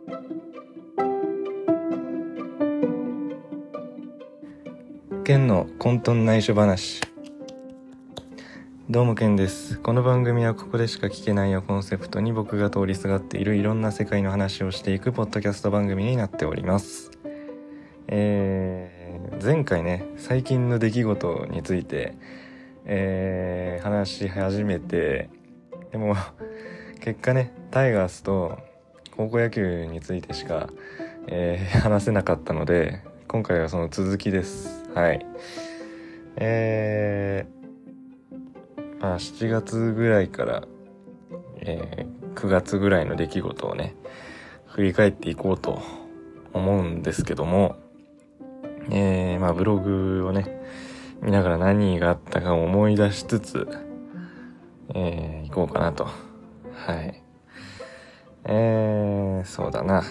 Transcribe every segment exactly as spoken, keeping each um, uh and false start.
ケンの混沌内緒話。どうもケンです。この番組はここでしか聞けないをコンセプトに僕が通りすがっているいろんな世界の話をしていくポッドキャスト番組になっております。えー、前回ね、最近の出来事について、えー、話し始めて、でも結果ね、タイガースと高校野球についてしか、えー、話せなかったので、今回はその続きです。はい。えー、まあしちがつぐらいから、えー、くがつぐらいの出来事をね、振り返っていこうと思うんですけども、えー、まあブログをね、見ながら何があったかを思い出しつつ、えー、行こうかなと。はい。えー、そうだな。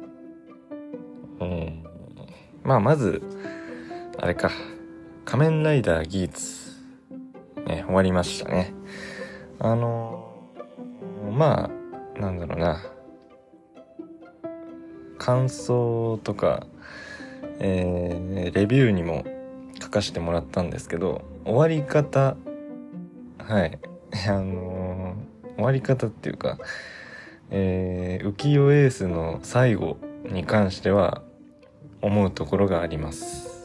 えー、まあまず、あれか、仮面ライダーギーツ、ね、終わりましたね。あのー、まあ、なんだろうな。感想とか、えー、レビューにも書かせてもらったんですけど、終わり方、はい、あのー、終わり方っていうか、えー、浮世エースの最後に関しては思うところがあります。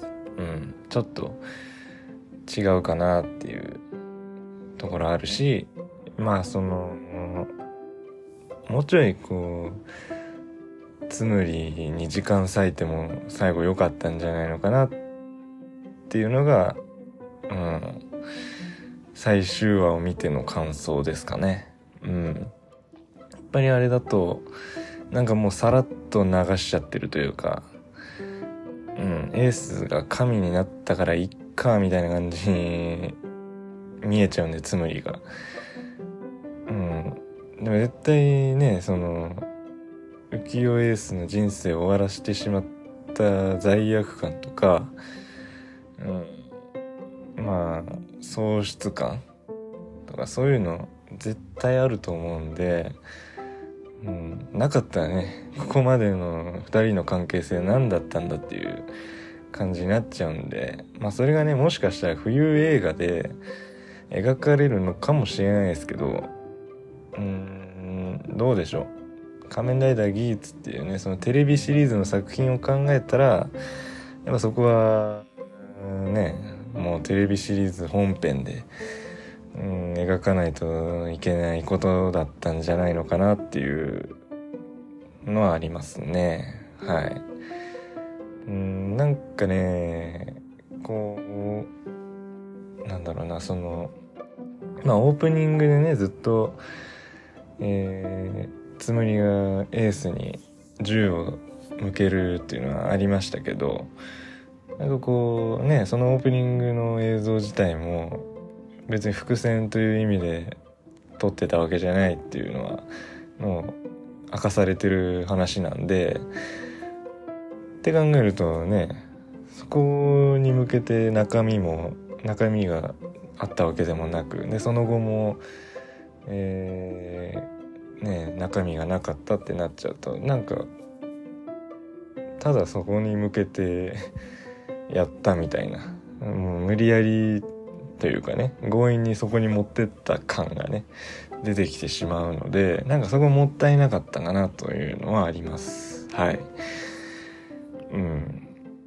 うん、ちょっと違うかなっていうところあるし、まあそのもうちょいこうつむりに時間割いても最後良かったんじゃないのかなっていうのが、うん、最終話を見ての感想ですかね。うん、やっぱりあれだとなんかもうさらっと流しちゃってるというか、うん、エースが神になったからいっかみたいな感じに見えちゃうんで、つむりが。うん。でも絶対ね、その浮世エースの人生を終わらせてしまった罪悪感とか、うん、まあ喪失感とかそういうの絶対あると思うんで、うん、なかったらね、ここまでのふたりの関係性何だったんだっていう感じになっちゃうんで、まあそれがね、もしかしたら冬映画で描かれるのかもしれないですけど、うーん、どうでしょう。仮面ライダーギーツっていうね、そのテレビシリーズの作品を考えたら、やっぱそこはね、もうテレビシリーズ本編で、うん、描かないといけないことだったんじゃないのかなっていうのはありますね。はい。うん、なんかね、こうなんだろうな、そのまあオープニングでね、ずっとえー、つむりがエースに銃を向けるっていうのはありましたけど、なんかこうね、そのオープニングの映像自体も別に伏線という意味で撮ってたわけじゃないっていうのはもう明かされてる話なんで、って考えるとね、そこに向けて中身も中身があったわけでもなく、でその後もえー、ね中身がなかったってなっちゃうと、なんかただそこに向けてやったみたいな、もう無理やりというかね、強引にそこに持ってった感がね出てきてしまうので、なんかそこもったいなかったかなというのはあります。はい。うん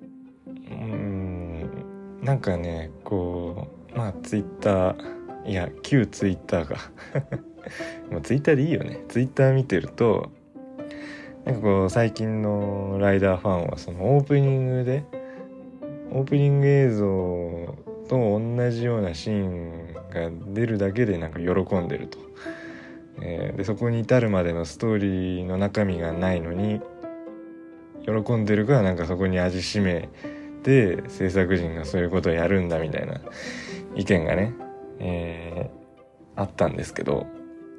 うんなんかね、こうまあツイッターいや旧ツイッターがもうツイッターでいいよね。ツイッター見てると、なんかこう最近のライダーファンはそのオープニングでオープニング映像と同じようなシーンが出るだけでなんか喜んでると、えー、でそこに至るまでのストーリーの中身がないのに喜んでるから、なんかそこに味しめて制作陣がそういうことをやるんだみたいな意見がね、えー、あったんですけど、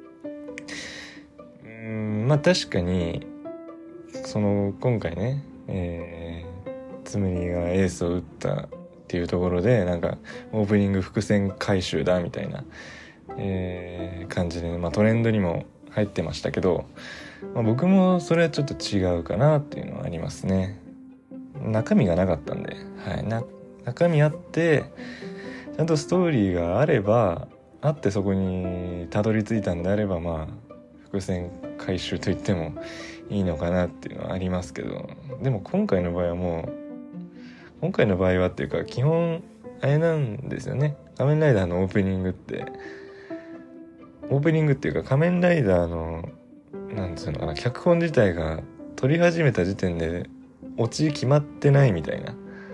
うーんまあ確かにその今回ね、えー、つむりがエースを打ったっていうところで、なんかオープニング伏線回収だみたいな、えー、感じで、まあ、トレンドにも入ってましたけど、まあ、僕もそれはちょっと違うかなっていうのはありますね。中身がなかったんで、はい、な中身あってちゃんとストーリーがあればあってそこにたどり着いたんであれば、まあ伏線回収と言ってもいいのかなっていうのはありますけど、でも今回の場合はもう今回の場合はっていうか基本あれなんですよね。仮面ライダーのオープニングってオープニングっていうか仮面ライダーのなんつうのかな、脚本自体が撮り始めた時点でオチ決まってないみたいな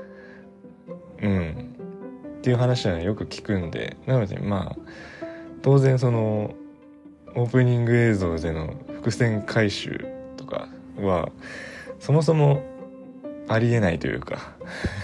うんっていう話はよく聞くんで、なのでまあ当然そのオープニング映像での伏線回収とかはそもそもありえないというか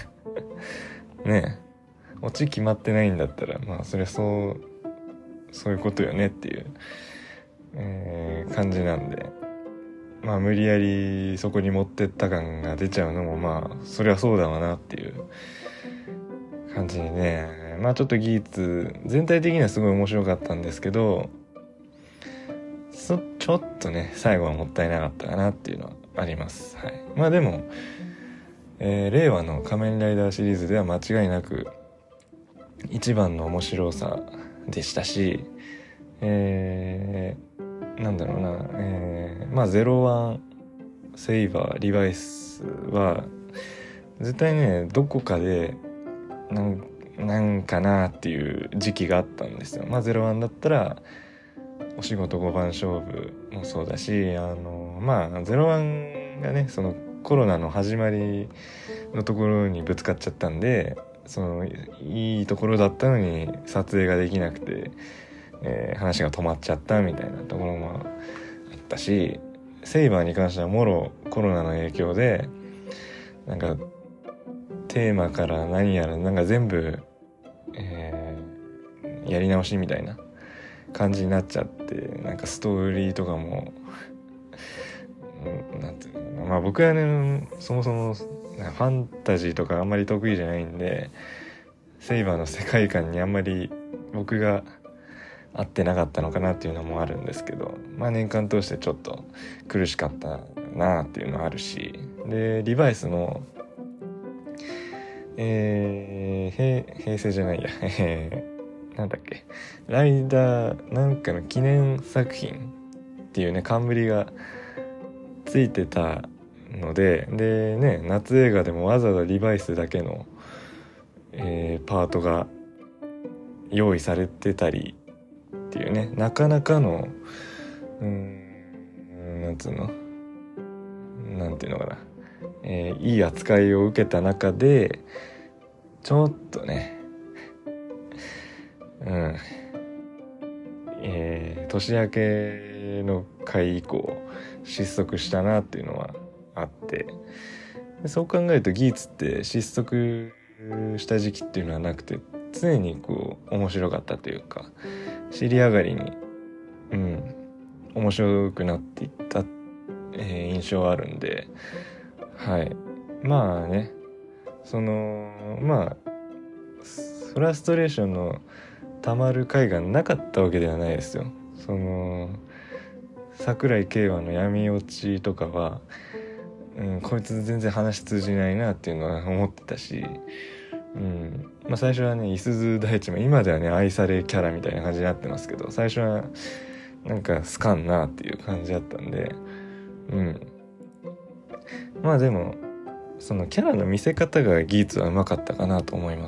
ねえ、オチ決まってないんだったらまあそれはそうそういうことよねっていう、えー、感じなんで、まあ無理やりそこに持ってった感が出ちゃうのもまあそれはそうだわなっていう感じにね、まあちょっとギーツ全体的にはすごい面白かったんですけど、そちょっとね最後はもったいなかったかなっていうのはあります。はい。まあでも、えー、令和の仮面ライダーシリーズでは間違いなく一番の面白さでしたし、えー、なんだろうな、えー、まあゼロワンセイバーリバイスは絶対ねどこかでなんなんかなっていう時期があったんですよ。まあゼロワンだったらお仕事ごばん勝負もそうだし、あのまあゼロワンがねそのコロナの始まりのところにぶつかっちゃったんで、そのいいところだったのに撮影ができなくて、えー、話が止まっちゃったみたいなところもあったし、セイバーに関してはもろコロナの影響でなんかテーマから何やらなんか全部、えー、やり直しみたいな感じになっちゃって、なんかストーリーとかもなんていうの、まあ僕はねそもそもファンタジーとかあんまり得意じゃないんで、セイバーの世界観にあんまり僕が合ってなかったのかなっていうのもあるんですけど、まあ年間通してちょっと苦しかったなっていうのはあるし、でリバイスのえー、平平成じゃないや、えー、なんだっけライダーなんかの記念作品っていうね冠がついてたので、でね夏映画でもわざわざリバイスだけの、えー、パートが用意されてたりっていうね、なかなかのうーんなんつうのなんていうのかな、えー、いい扱いを受けた中でちょっとねうんえー、年明けの回以降失速したなっていうのはあって、でそう考えるとギーツって失速した時期っていうのはなくて常にこう面白かったというか尻上がりにうん面白くなっていった、えー、印象はあるんで、はいまあねそのまあフラストレーションのたまる回がなかったわけではないですよ。その桜井慶和の闇落ちとかは、うん、こいつ全然話通じないなっていうのは思ってたし、うんまあ、最初はねいすゞ大地も今ではね愛されキャラみたいな感じになってますけど、最初はなんか好かんなっていう感じだったんで、うんまあでもそのキャラの見せ方がギーツはうまかったかなと思います。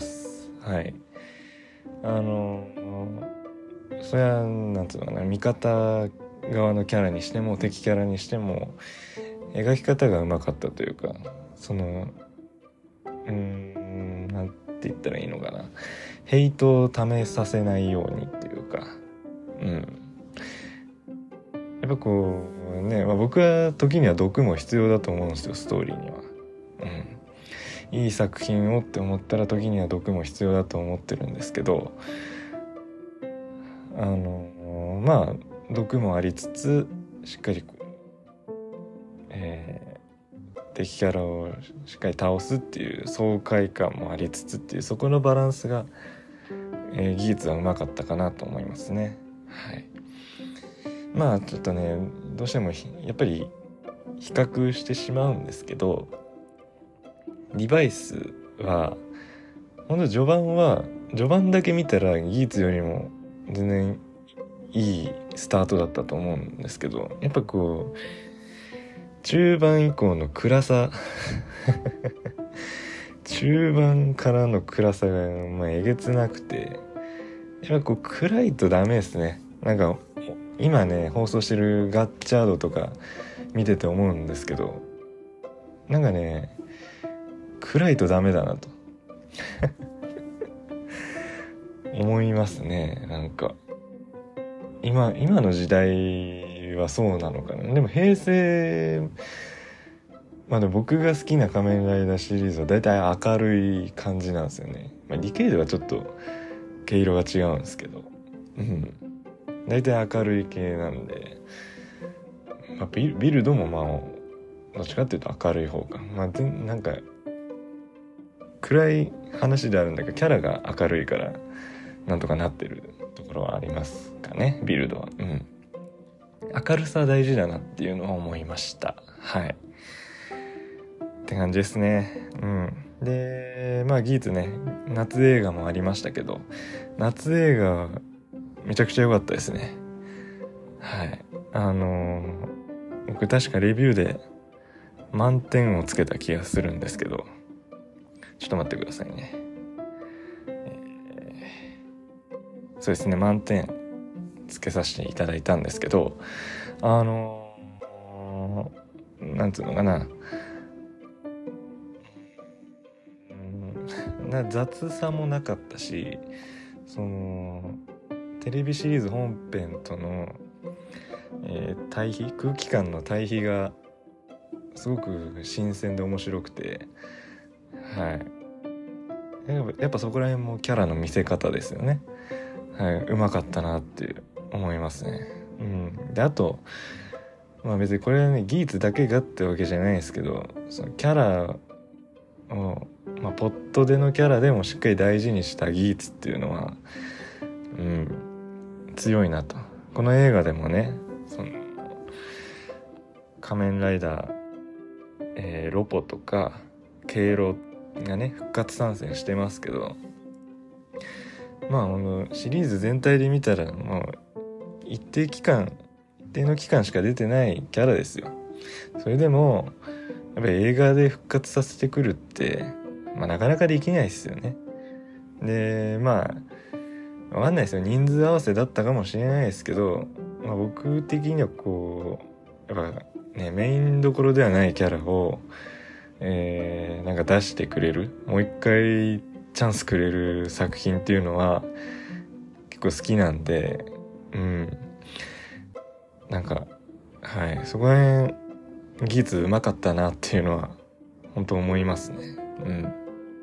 はいあのそれはなんつうのかな、味方側のキャラにしても敵キャラにしても描き方がうまかったというか、そのうーんなんて言ったらいいのかな、ヘイトをためさせないようにっていうか、うんやっぱこうね、まあ、僕は時には毒も必要だと思うんですよストーリーには。うんいい作品をって思ったら時には毒も必要だと思ってるんですけど、あのまあ毒もありつつしっかりこう、えー、敵キャラをしっかり倒すっていう爽快感もありつつっていうそこのバランスが、えー、技術はうまかったかなと思いますね。はいまあちょっとねどうしてもやっぱり比較してしまうんですけど、リバイスはほんと序盤は序盤だけ見たらギーツよりも全然いいスタートだったと思うんですけど、やっぱこう中盤以降の暗さ中盤からの暗さがまあえげつなくて、やっぱこう暗いとダメですね。なんか今ね放送してるガッチャードとか見てて思うんですけど、なんかね暗いとダメだなと思いますね。なんか今今の時代はそうなのかな。でも平成まあでも僕が好きな仮面ライダーシリーズはだいたい明るい感じなんですよね。まあ、ディケイドはちょっと毛色が違うんですけど、うん、だいたい明るい系なんで、まあ、ビル、ビルドもまあどっちかっていうと明るい方か、まあ、なんか暗い話であるんだけどキャラが明るいからなんとかなってるところはありますかね、ビルドは。うん、明るさ大事だなっていうのは思いました。はいって感じですね。うん。で、まあギーツね、夏映画もありましたけど、夏映画めちゃくちゃ良かったですね。はい。あのー、僕確かレビューで満点をつけた気がするんですけど、ちょっと待ってくださいね。えー、そうですね、満点つけさせていただいたんですけど、あのー、なんつうのかな、な雑さもなかったし、そのテレビシリーズ本編との、えー、対比空気感の対比がすごく新鮮で面白くて、はいやっぱ、やっぱそこら辺もキャラの見せ方ですよね。はい、うまかったなって思いますね。うん、であとまあ別にこれはねギーツだけがってわけじゃないですけど、そのキャラをまあ、ポットでのキャラでもしっかり大事にしたギーツっていうのは、うん、強いなと。この映画でもね、その仮面ライダー、えー、ロポとかケイロがね復活参戦してますけど、まあこのシリーズ全体で見たらもう一定期間一定の期間しか出てないキャラですよ。それでもやっぱり映画で復活させてくるってまあ、なかなかできないですよね。でまあわかんないですよ、人数合わせだったかもしれないですけど、まあ、僕的にはこうやっぱねメインどころではないキャラを、えー、なんか出してくれる、もう一回チャンスくれる作品っていうのは結構好きなんで、うんなんかはいそこら辺技術うまかったなっていうのは本当思いますね。うん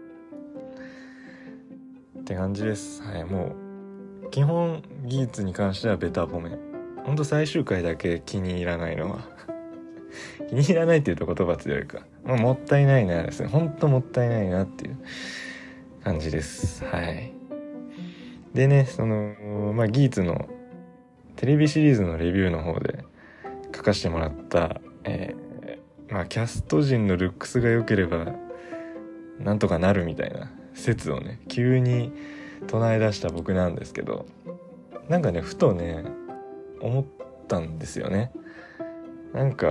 って感じです。はい、もう基本技術に関してはベタ褒め。ほんと最終回だけ気に入らないのは気に入らないっていうと言葉強いか、もうもったいないなですね。ほんともったいないなっていう感じです。はい。でね、そのまあ技術のテレビシリーズのレビューの方で書かせてもらった、えー、まあキャスト陣のルックスが良ければなんとかなるみたいな説をね急に唱え出した僕なんですけど、なんかねふとね思ったんですよね。なんか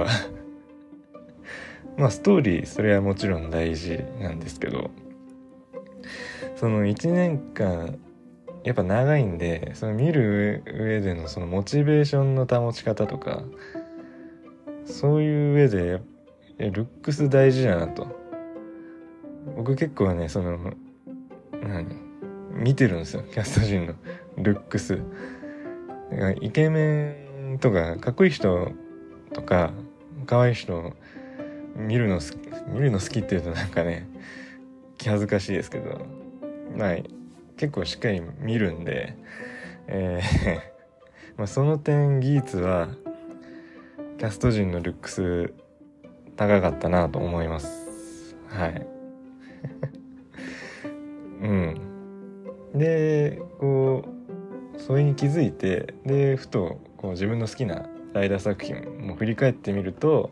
まあストーリーそれはもちろん大事なんですけど、そのいちねんかんやっぱ長いんで、その見る上でのそのモチベーションの保ち方とか、そういう上でルックス大事だなと。僕結構ねその何見てるんですよ、キャスト陣のルックス。イケメンとかかっこいい人とか可愛い人見るの見るの好きっていうとなんかね気恥ずかしいですけど、まあ結構しっかり見るんで、えーまあその点ギーツはキャスト陣のルックス高かったなと思います。はいうんでこうそれに気づいて、でふとこう自分の好きなライダー作品も振り返ってみると、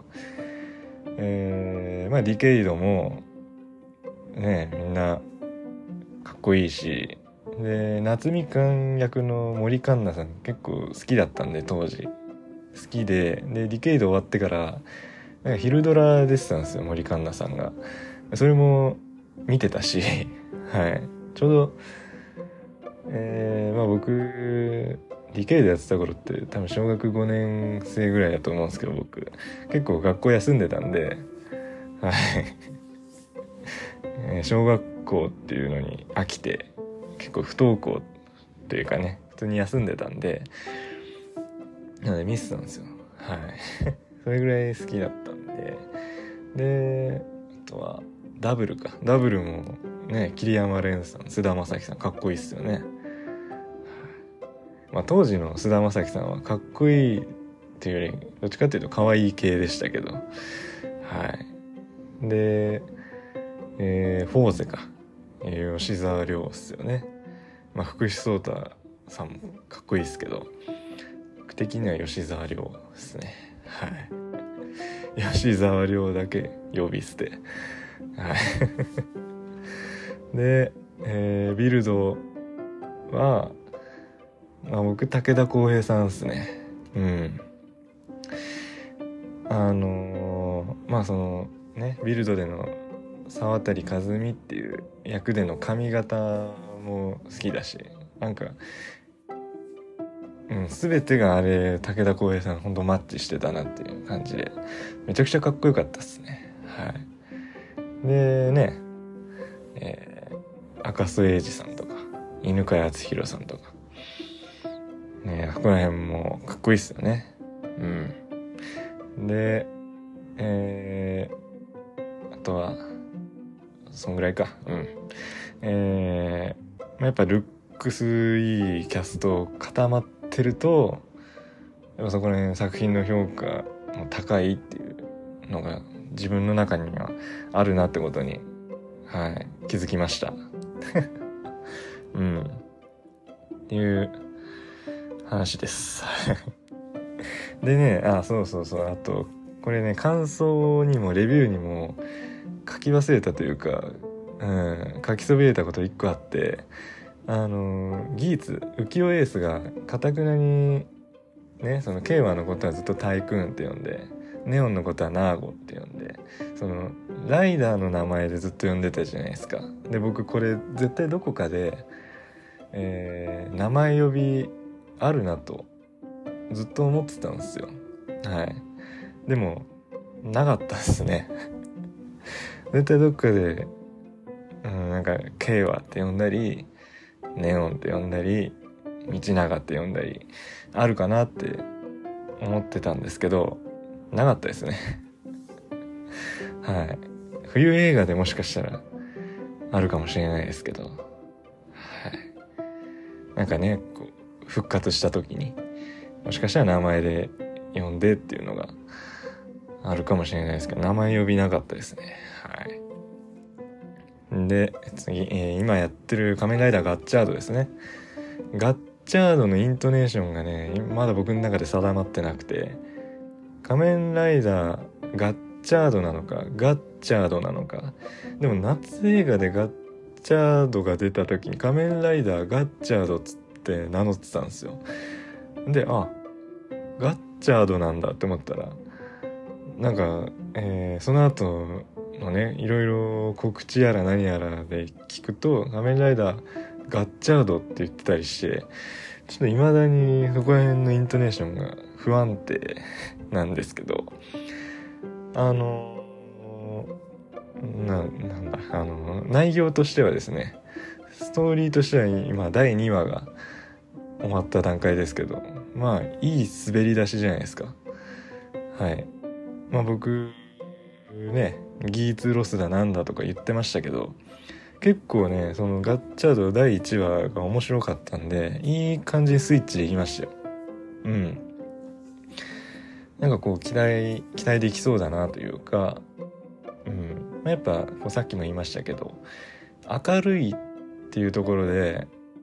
えー、まあディケイドもねみんなかっこいいし、で夏みかん役の森カンナさん結構好きだったんで、当時好きで、でディケイド終わってからなんか昼ドラ出てたんですよ、森カンナさんが。それも見てたしはい、ちょうどえー、まあ僕ディケイドやってた頃って多分小学ごねん生ぐらいだと思うんですけど、僕結構学校休んでたんで、はいえー小学校っていうのに飽きて結構不登校っていうかね、普通に休んでたんで、なので見てたんですよ。はいそれぐらい好きだったんで、であとはダブルかダブルもね、桐山蓮さん、菅田将暉さんかっこいいっすよね。まあ当時の菅田将暉さんはかっこいいっていうよりどっちかっていうと可愛い系でしたけど、はい。で、えー、フォーゼか、えー、吉沢亮っすよね。まあ福士蒼汰さんもかっこいいっすけど、僕的には吉沢亮ですね。はい吉沢亮だけ呼び捨て。はいで、えー、ビルドは、まあ、僕武田浩平さんですね。うんあのー、まあそのねビルドでの沢渡和美っていう役での髪型も好きだし、なんかうん、全てがあれ武田浩平さんほんとマッチしてたなっていう感じで、めちゃくちゃかっこよかったっすね。はいでね、えー、赤楚衛二さんとか犬飼敦弘さんとかね、ここら辺もかっこいいっすよね。うんでえー、あとはそんぐらいか。うんえー、まあ、やっぱルックスいいキャスト固まってると、やっぱそこら辺作品の評価も高いっていうのが自分の中にはあるなってことに、はい、気づきましたうんっていう話ですでね、あそうそうそう、あとこれね、感想にもレビューにも書き忘れたというか、うん、書きそびれたこと一個あって、あのギーツ浮世エースがかたくなにね、そのケイワのことはずっとタイクーンって呼んで、ネオンのことはナーゴって呼んで、そのライダーの名前でずっと呼んでたじゃないですか。で僕これ絶対どこかで、えー、名前呼びあるなとずっと思ってたんですよ。はいでもなかったですね絶対どっかで、うん、なんかケイワって呼んだりネオンって呼んだり道長って呼んだりあるかなって思ってたんですけど、なかったですねはい冬映画でもしかしたらあるかもしれないですけど、はいなんかねこう復活した時にもしかしたら名前で呼んでっていうのがあるかもしれないですけど、名前呼びなかったですね。はいで次、えー、今やってる仮面ライダーガッチャードですね。ガッチャードのイントネーションがねまだ僕の中で定まってなくて、仮面ライダーガッチャードなのかガッチャードなのか、でも夏映画でガッチャードが出た時に仮面ライダーガッチャードっつって名乗ってたんですよ。であガッチャードなんだって思ったら、なんか、えー、その後のねいろいろ告知やら何やらで聞くと仮面ライダーガッチャードって言ってたりして、ちょっと未だにそこら辺のイントネーションが不安定なんですけど、あのな、なんだあの内容としてはですね、ストーリーとしては今だいにわが終わった段階ですけど、まあいい滑り出しじゃないですか。はいまあ僕ねギーツロスだなんだとか言ってましたけど、結構ねそのガッチャードだいいちわが面白かったんで、いい感じにスイッチできましたよ。うんなんかこう期待期待できそうだなというか、うんまあ、やっぱこうさっきも言いましたけど明るいっていうところで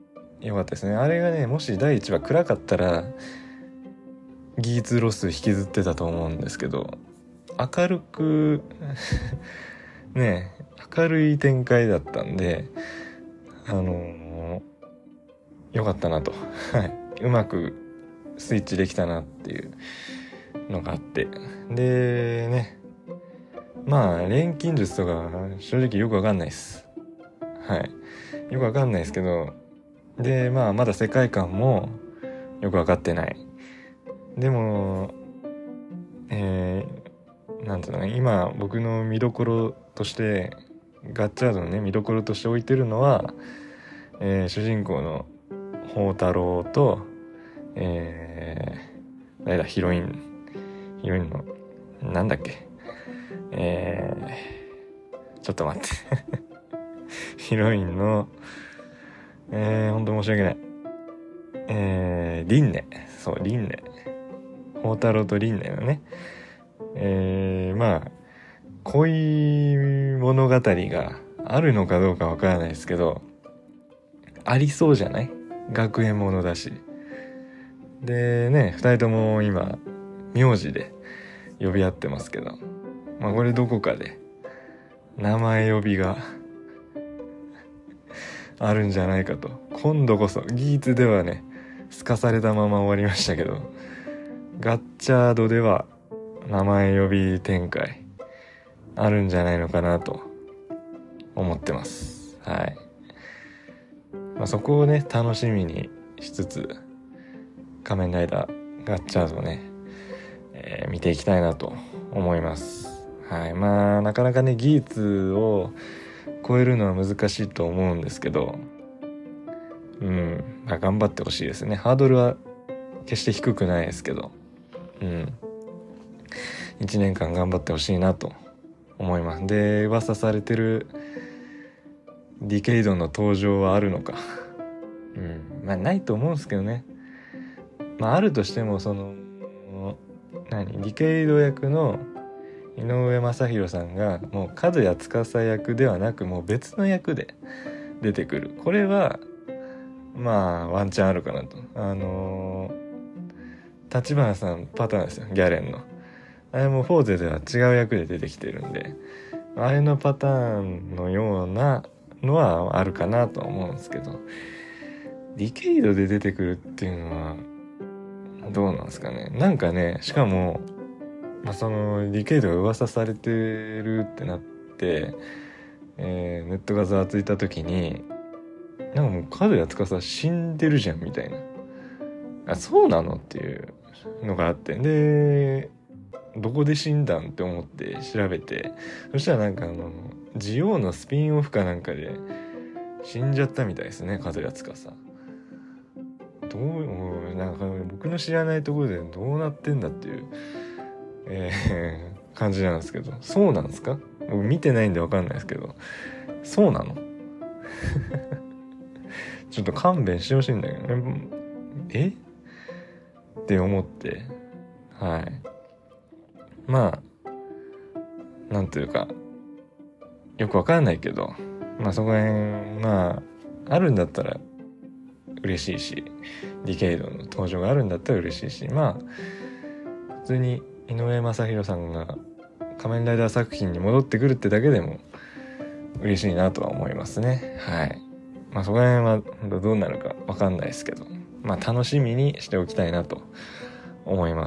良かったですね。あれがね、もしだいいちわ暗かったら技術ロス引きずってたと思うんですけど、明るくね明るい展開だったんで、あのー、良かったなとうまくスイッチできたなっていうのがあって、でね、まあ錬金術とか正直よくわかんないです。はいよくわかんないですけど、でまあまだ世界観もよくわかってない。でもえー、なんていうのね、今僕の見どころとしてガッチャードのね見どころとして置いてるのは、えー、主人公の宝太郎と、えー、誰だヒロインヒロインのなんだっけえー、ちょっと待ってヒロインのえー、ほんと申し訳ない。えー、リンネ。そう、リンネ。宝太郎とリンネのね。えー、まあ、恋物語があるのかどうかわからないですけど、ありそうじゃない？学園ものだし。でね、二人とも今、名字で呼び合ってますけど、まあこれどこかで名前呼びがあるんじゃないかと。今度こそギーツではねすかされたまま終わりましたけど、ガッチャードでは名前呼び展開あるんじゃないのかなと思ってます。はい、まあ、そこをね楽しみにしつつ仮面ライダーガッチャードをね、えー、見ていきたいなと思います。はい、まあなかなかねギーツを超えるのは難しいと思うんですけど、うん、まあ、頑張ってほしいですね。ハードルは決して低くないですけど、うん、いちねんかん頑張ってほしいなと思います。で、噂されてるディケイドの登場はあるのか、うん、まあないと思うんですけどね。まああるとしてもその何ディケイド役の井上正弘さんがもう角谷司役ではなくもう別の役で出てくる。これはまあワンチャンあるかなと。あのー、立花さんパターンですよ、ギャレンの。あれもフォーゼでは違う役で出てきてるんで、あれのパターンのようなのはあるかなとは思うんですけど、ディケイドで出てくるっていうのはどうなんですかね。なんかね、しかもまあ、そのディケイドが噂されてるってなって、えー、ネットがざわついた時になんかもう角谷司死んでるじゃんみたいな、あそうなのっていうのがあって、でどこで死んだんって思って調べて、そしたらなんかあのジオウのスピンオフかなんかで死んじゃったみたいですね、角谷司。どうなんか僕の知らないところでどうなってんだっていうえー、感じなんですけど、そうなんですか？僕見てないんで分かんないですけど、そうなの？ちょっと勘弁してほしいんだけど、えって思って、はい。まあなんというかよく分かんないけど、まあそこら辺まああるんだったら嬉しいし、ディケイドの登場があるんだったら嬉しいし、まあ普通に井上正弘さんが仮面ライダー作品に戻ってくるってだけでも嬉しいなとは思いますね。はい。まあそこら辺はどうなるかわかんないですけど、まあ楽しみにしておきたいなと思います。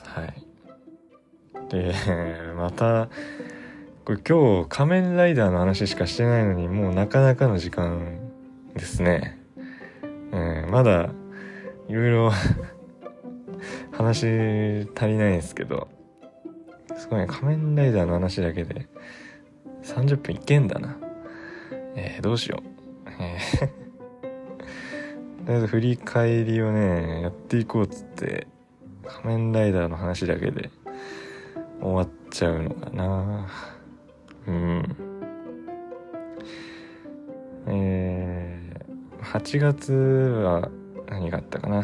はい。で、またこれ今日仮面ライダーの話しかしてないのにもうなかなかの時間ですね。うん、まだいろいろ話足りないんですけど、すごいね、仮面ライダーの話だけでさんじゅっぷんいけんだな。えー、どうしよう。えー、とりあえず振り返りをねやっていこうっつって仮面ライダーの話だけで終わっちゃうのかな。うんえー、はちがつは何があったかな。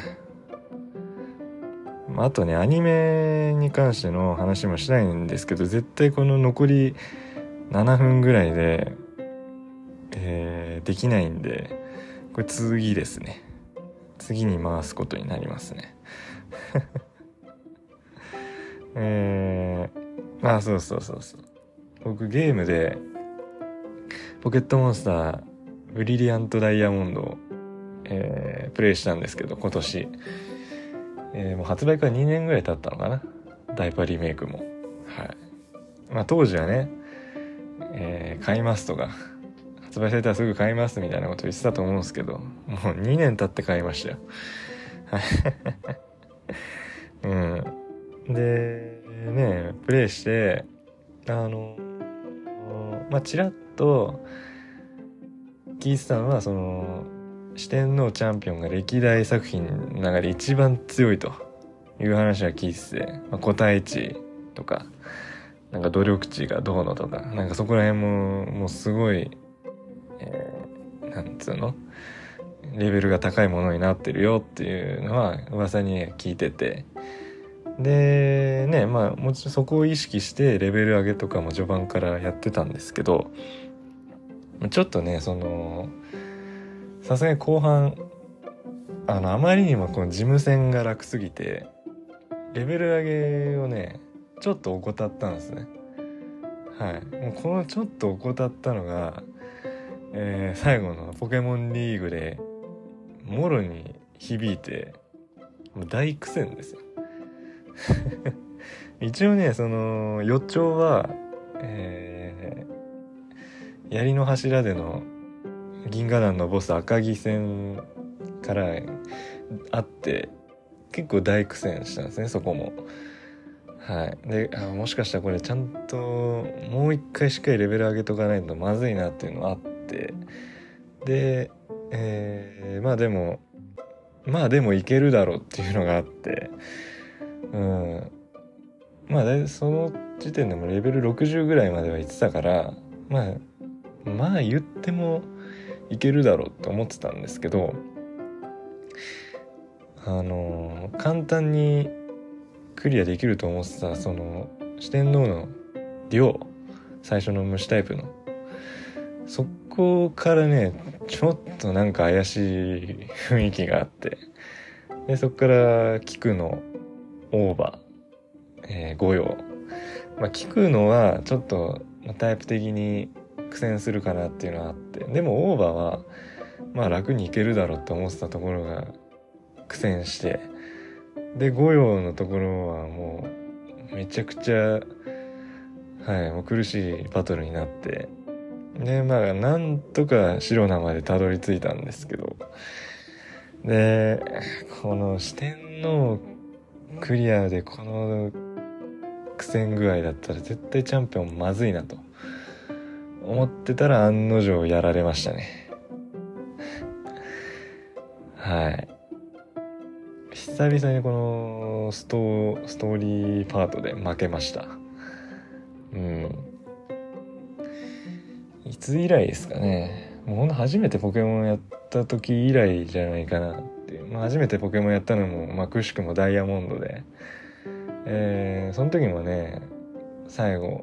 あとねアニメに関しての話もしたいんですけど、絶対この残りななふんぐらいで、えー、できないんで、これ次ですね。 次に回すことになりますねえー、あそうそうそうそう僕ゲームでポケットモンスターブリリアントダイヤモンドを、えー、プレイしたんですけど今年、えー、もう発売からにねんぐらい経ったのかな、ダイパリメイクも。はい。まあ当時はね、えー、買いますとか発売されたらすぐ買いますみたいなこと言ってたと思うんですけど、もうにねん経って買いましたよはいうんでねプレイしてあのまあちらっと聞いてたのは、その四天王チャンピオンが歴代作品の中で一番強いという話は聞いてて、まあ、個体値とかなんか努力値がどうのとか、なんかそこら辺ももうすごい、えー、なんつうのレベルが高いものになってるよっていうのは噂に聞いてて、でねまあもちろんそこを意識してレベル上げとかも序盤からやってたんですけど、ちょっとねそのさすがに後半あのあまりにもこの事務戦が楽すぎてレベル上げをねちょっと怠ったんですね。はい。もうこのちょっと怠ったのが、えー、最後のポケモンリーグでもろに響いてもう大苦戦ですよ一応ねその予兆は、えー、槍の柱での銀河団のボス赤城戦からあって結構大苦戦したんですね、そこも。はい。で、あもしかしたらこれちゃんともう一回しっかりレベル上げとかないとまずいなっていうのがあって、で、えー、まあでもまあでもいけるだろうっていうのがあって、うんまあだその時点でもレベルろくじゅうぐらいまでは行ってたから、まあまあ言ってもいけるだろうって思ってたんですけど、あの簡単にクリアできると思ってたその四天王のデュオ、最初の虫タイプのそこからねちょっとなんか怪しい雰囲気があって、でそこからキクのオーバー、えー、ゴヨウ、まあ、キクのはちょっとタイプ的に苦戦するかなっていうのはあって、でもオーバーはまあ楽にいけるだろうと思ってたところが苦戦して、でゴヨウのところはもうめちゃくちゃはいもう苦しいバトルになって、でまあなんとか白名までたどり着いたんですけど、でこの四天王クリアでこの苦戦具合だったら絶対チャンピオンまずいなと思ってたら案の定やられましたね。はい久々にこのストー、ストーリーパートで負けました。うんいつ以来ですかね。もうほんと初めてポケモンやった時以来じゃないかなっていう、まあ、初めてポケモンやったのも、まあ、くしくもダイヤモンドで、えー、その時もね最後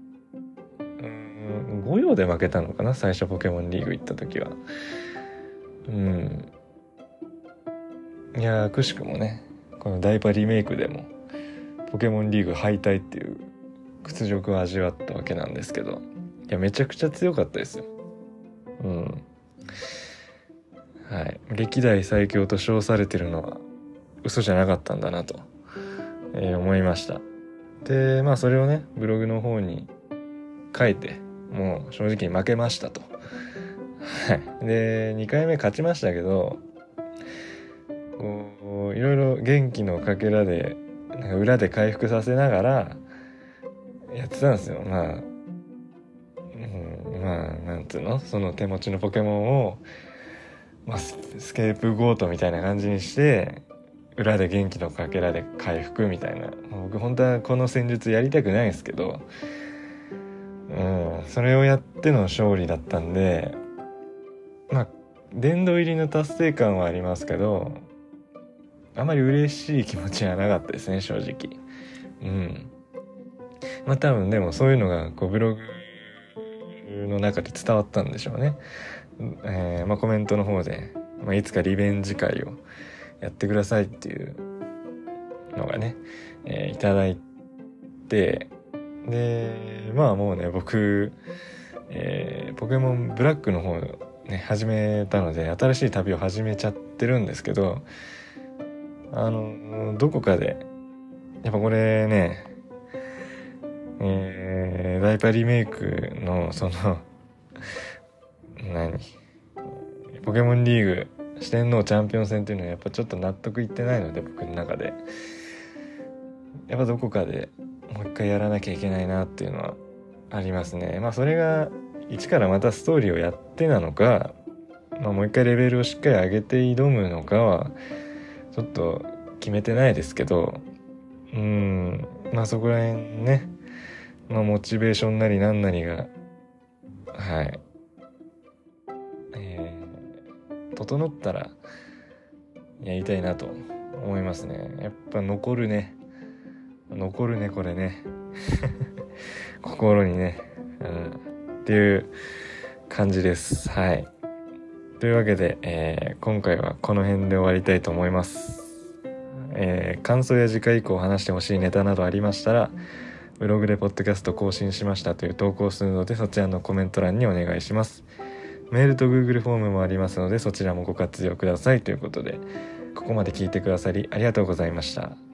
うんごようで負けたのかな、最初ポケモンリーグ行った時は。うんいやーくしくもねこのダイパリメイクでもポケモンリーグ敗退っていう屈辱を味わったわけなんですけど、いやめちゃくちゃ強かったですよ。うんはい歴代最強と称されてるのは嘘じゃなかったんだなと、えー、思いました。でまあそれをねブログの方に書いて、もう正直に負けましたとはいでにかいめ勝ちましたけど、こういろいろ元気のかけらでなんか裏で回復させながらやってたんですよ。まあ、うん、まあなんつうのその手持ちのポケモンを、まあ、スケープゴートみたいな感じにして裏で元気のかけらで回復みたいな、僕本当はこの戦術やりたくないんですけど、うん、それをやっての勝利だったんで、まあ殿堂入りの達成感はありますけどあまり嬉しい気持ちはなかったですね正直。うんまあ多分でもそういうのがこうブログの中で伝わったんでしょうね。えー、まあコメントの方でまあ、いつかリベンジ会をやってくださいっていうのがね、えー、いただいて、でまあもうね僕、えー、ポケモンブラックの方ね始めたので新しい旅を始めちゃってるんですけど、あのどこかでやっぱこれね、えー、ダイパリメイクのその何ポケモンリーグ四天王チャンピオン戦っていうのはやっぱちょっと納得いってないので、僕の中でやっぱどこかでもう一回やらなきゃいけないなっていうのはありますね。まあそれが一からまたストーリーをやってなのか、まあ、もう一回レベルをしっかり上げて挑むのかはちょっと決めてないですけど、うーんまあそこら辺ね、まあモチベーションなりなんなりがはいえー、整ったらやりたいなと思いますね。やっぱ残るね残るねこれね心にね、うん、っていう感じです。はい、というわけで、えー、今回はこの辺で終わりたいと思います。えー、感想や次回以降話してほしいネタなどありましたら、ブログでポッドキャスト更新しましたという投稿するので、そちらのコメント欄にお願いします。メールと Google フォームもありますので、そちらもご活用くださいということで、ここまで聞いてくださりありがとうございました。